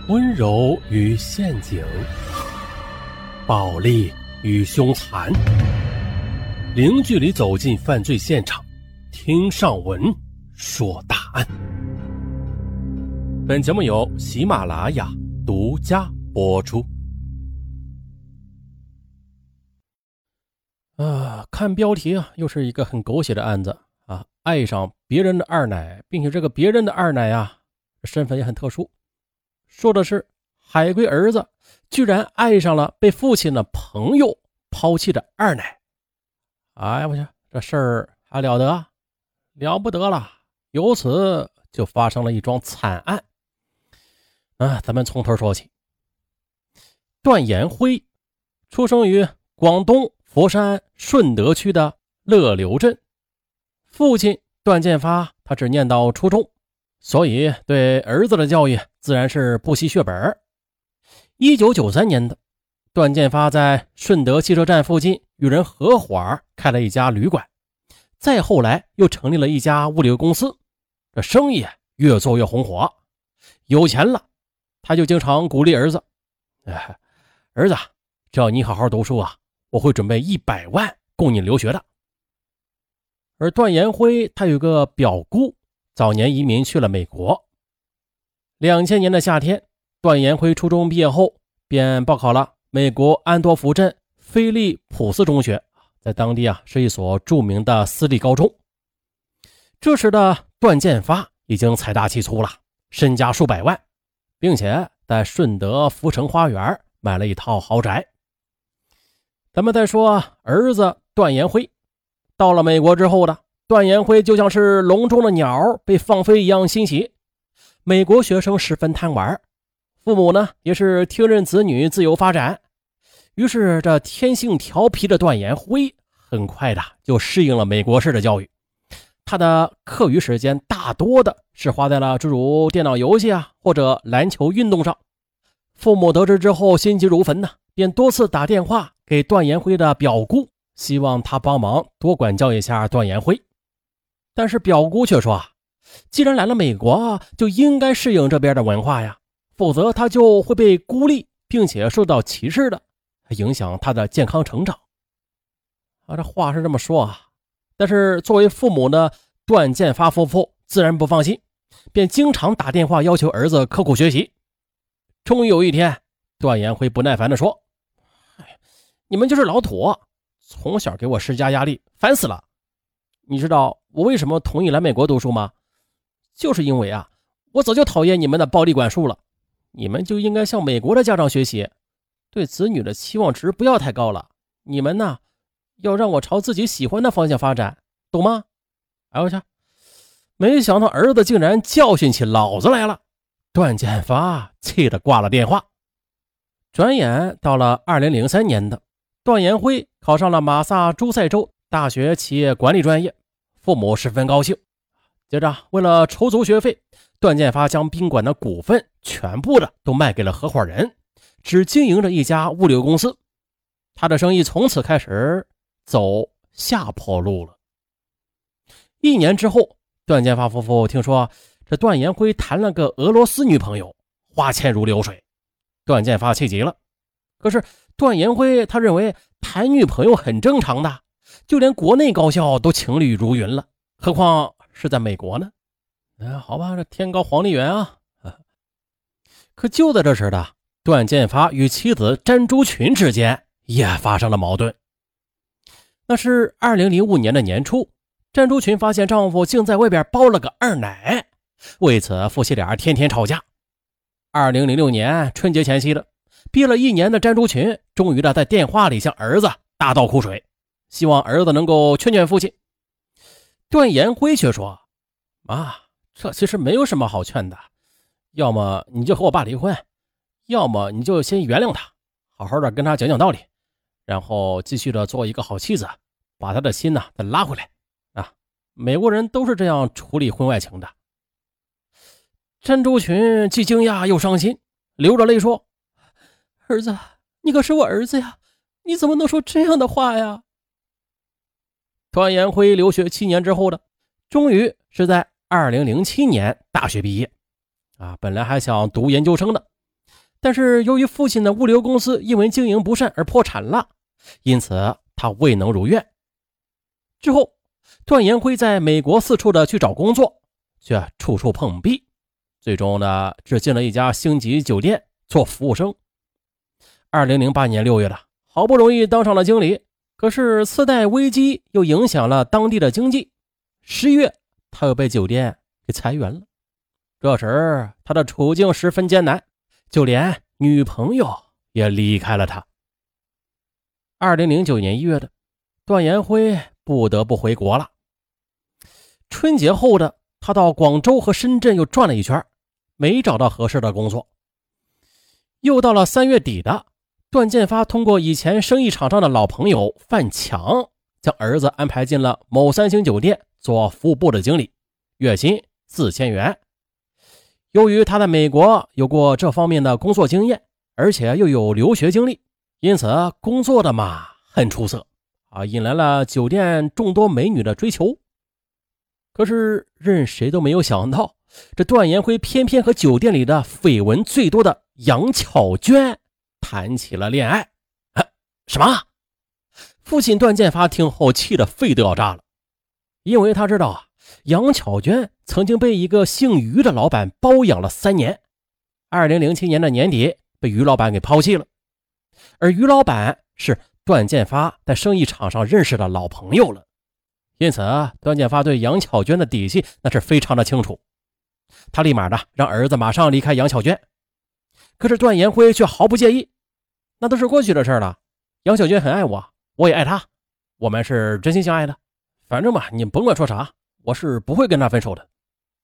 温柔与陷阱，暴力与凶残，零距离走进犯罪现场，听上文说大案。本节目由喜马拉雅独家播出。看标题又是一个很狗血的案子爱上别人的二奶，并且这个别人的二奶身份也很特殊。说的是海归儿子居然爱上了被父亲的朋友抛弃的二奶。我去，这事儿还了得？了不得了！由此就发生了一桩惨案。咱们从头说起。段延辉出生于广东佛山顺德区的乐流镇，父亲段建发他只念到初中，所以对儿子的教育自然是不惜血本。1993年的，段建发在顺德汽车站附近与人合伙开了一家旅馆，再后来又成立了一家物流公司，这生意越做越红火。有钱了，他就经常鼓励儿子，儿子，只要你好好读书我会准备100万供你留学的。而段延辉他有个表姑，早年移民去了美国。2000年的夏天，段延辉初中毕业后便报考了美国安多福镇菲利普斯中学，在当地是一所著名的私立高中。这时的段建发已经财大气粗了，身家数百万，并且在顺德福城花园买了一套豪宅。咱们再说儿子段延辉，到了美国之后的段延辉就像是笼中的鸟被放飞一样欣喜。美国学生十分贪玩，父母呢也是听任子女自由发展，于是这天性调皮的段延辉很快的就适应了美国式的教育。他的课余时间大多的是花在了诸如电脑游戏或者篮球运动上。父母得知之后心急如焚便多次打电话给段延辉的表姑，希望他帮忙多管教一下段延辉。但是表姑却说既然来了美国，就应该适应这边的文化否则他就会被孤立并且受到歧视的，影响他的健康成长。这话是这么说但是作为父母的段建发夫妇自然不放心，便经常打电话要求儿子刻苦学习。终于有一天，段延辉不耐烦地说，你们就是老土，从小给我施加压力，烦死了。你知道我为什么同意来美国读书吗？就是因为我早就讨厌你们的暴力管束了。你们就应该向美国的家长学习，对子女的期望值不要太高了。你们要让我朝自己喜欢的方向发展，懂吗？我去，没想到儿子竟然教训起老子来了。段建发气得挂了电话。转眼到了2003年的，段延辉考上了马萨诸塞州大学企业管理专业，父母十分高兴。接着为了筹足学费，段建发将宾馆的股份全部都卖给了合伙人，只经营着一家物流公司。他的生意从此开始走下坡路了。1年之后，段建发夫妇听说这段延辉谈了个俄罗斯女朋友，花钱如流水。段建发气急了，可是段延辉他认为谈女朋友很正常的，就连国内高校都情侣如云了，何况是在美国呢？好吧，这天高皇帝远可就在这时的，段建发与妻子詹珠群之间也发生了矛盾。那是2005年的年初，詹珠群发现丈夫竟在外边包了个二奶，为此夫妻俩天天吵架。2006年春节前夕的，憋了1年的詹珠群终于在电话里向儿子大倒苦水，希望儿子能够劝劝父亲。段延辉却说，这其实没有什么好劝的，要么你就和我爸离婚，要么你就先原谅他，好好的跟他讲讲道理，然后继续的做一个好妻子，把他的心再拉回来美国人都是这样处理婚外情的。詹珠群既惊讶又伤心，流着泪说，儿子，你可是我儿子呀，你怎么能说这样的话呀？段延辉留学7年之后的，终于是在2007年大学毕业本来还想读研究生的， 但是由于父亲的物流公司因为经营不善而破产了，因此他未能如愿。之后段延辉在美国四处的去找工作，却处处碰壁，最终呢只进了一家星级酒店做服务生。2008年6月了，好不容易当上了经理，可是次贷危机又影响了当地的经济。11月他又被酒店给裁员了。这时他的处境十分艰难，就连女朋友也离开了他。2009年1月的，段延辉不得不回国了。春节后的他到广州和深圳又转了一圈，没找到合适的工作。又到了3月底的，段建发通过以前生意场上的老朋友范强，将儿子安排进了某3星酒店做服务部的经理，月薪4000元。由于他在美国有过这方面的工作经验，而且又有留学经历，因此工作的嘛很出色引来了酒店众多美女的追求。可是任谁都没有想到，这段延辉偏偏和酒店里的绯闻最多的杨巧娟谈起了恋爱。什么？父亲段建发听后气得肺都要炸了，因为他知道杨巧娟曾经被一个姓于的老板包养了3年，2007年的年底被于老板给抛弃了。而于老板是段建发在生意场上认识的老朋友了，因此段建发对杨巧娟的底细那是非常的清楚。他立马的让儿子马上离开杨巧娟，可是段延辉却毫不介意，那都是过去的事了。杨巧娟很爱我，我也爱她，我们是真心相爱的，反正嘛，你甭管说啥，我是不会跟他分手的。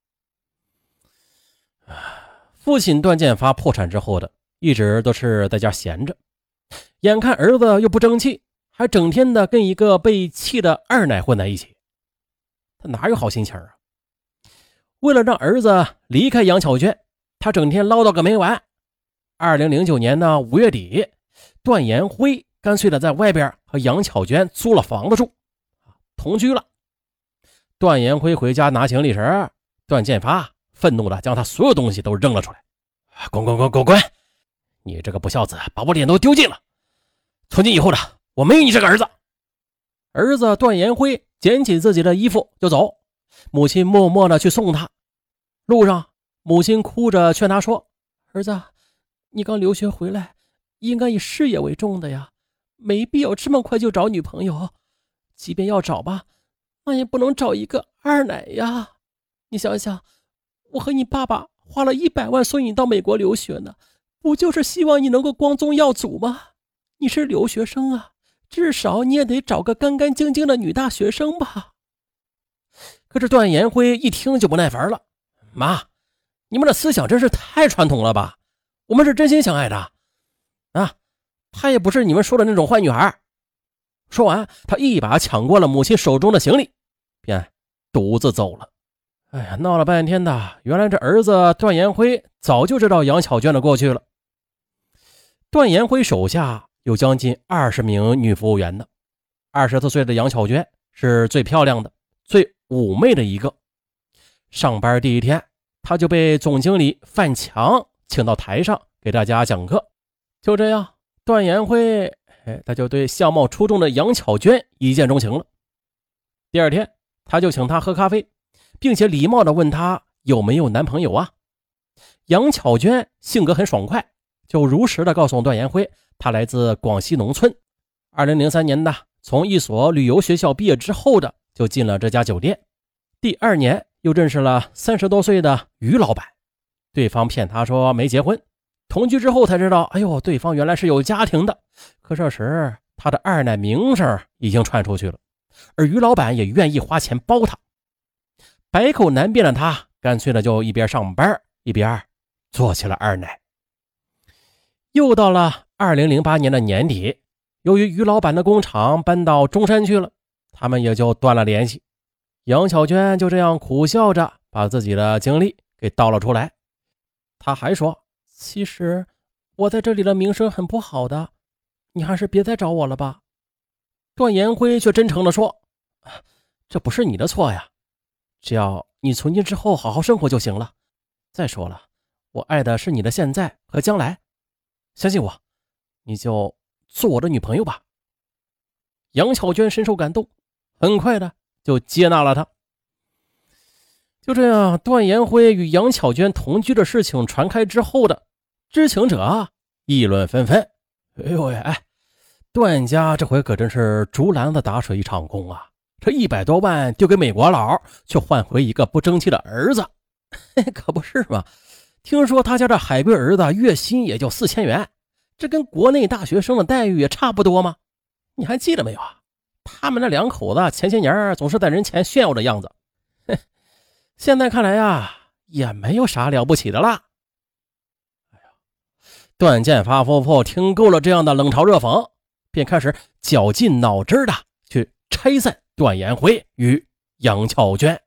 父亲段建发破产之后的，一直都是在家闲着，眼看儿子又不争气，还整天的跟一个被气的二奶混在一起，他哪有好心情啊？为了让儿子离开杨巧娟，他整天唠叨个没完。2009年的5月底，段延辉干脆的在外边和杨巧娟租了房子住，同居了。段延辉回家拿行李时，段建发愤怒的将他所有东西都扔了出来。滚！你这个不孝子，把我脸都丢尽了！从今以后的，我没有你这个儿子。儿子段延辉捡起自己的衣服就走，母亲默默的去送他。路上，母亲哭着劝他说：儿子，你刚留学回来，应该以事业为重的呀，没必要这么快就找女朋友，即便要找吧，那也不能找一个二奶呀。你想想，我和你爸爸花了100万送你到美国留学呢，不就是希望你能够光宗耀祖吗？你是留学生啊，至少你也得找个干干净净的女大学生吧。可是段延辉一听就不耐烦了，妈，你们的思想真是太传统了吧，我们是真心相爱的她也不是你们说的那种坏女孩。说完，他一把抢过了母亲手中的行李，便独自走了。闹了半天的，原来这儿子段延辉早就知道杨巧娟的过去了。段延辉手下有将近20名女服务员呢，24岁的杨巧娟是最漂亮的、最妩媚的一个。上班第一天，他就被总经理范强请到台上给大家讲课。就这样，段延辉他就对相貌出众的杨巧娟一见钟情了。第二天，他就请她喝咖啡，并且礼貌地问她有没有男朋友啊。杨巧娟性格很爽快，就如实地告诉段延辉，她来自广西农村，2003年的从一所旅游学校毕业之后的就进了这家酒店。第2年又认识了30多岁的于老板，对方骗他说没结婚，同居之后才知道，对方原来是有家庭的。可这时他的二奶名声已经传出去了，而于老板也愿意花钱包他。百口难辩的他干脆的就一边上班一边做起了二奶。又到了2008年的年底，由于于老板的工厂搬到中山去了，他们也就断了联系。杨巧娟就这样苦笑着把自己的经历给道了出来。他还说，其实我在这里的名声很不好的，你还是别再找我了吧。段延辉却真诚地说，这不是你的错呀，只要你从今之后好好生活就行了。再说了，我爱的是你的现在和将来， 相信我，你就做我的女朋友吧。杨巧娟深受感动，很快的就接纳了他。就这样，段延辉与杨巧娟同居的事情传开之后的知情者议论纷纷。哎呦喂，段家这回可真是竹篮子打水一场空啊！这100多万丢给美国佬，却换回一个不争气的儿子，可不是嘛？听说他家这海归儿子月薪也就4000元，这跟国内大学生的待遇也差不多吗？你还记得没有啊？他们那两口子前些年总是在人前炫耀的样子，现在看来呀，也没有啥了不起的啦。段建发夫妇听够了这样的冷嘲热讽，便开始绞尽脑汁的去拆散段延辉与杨巧娟。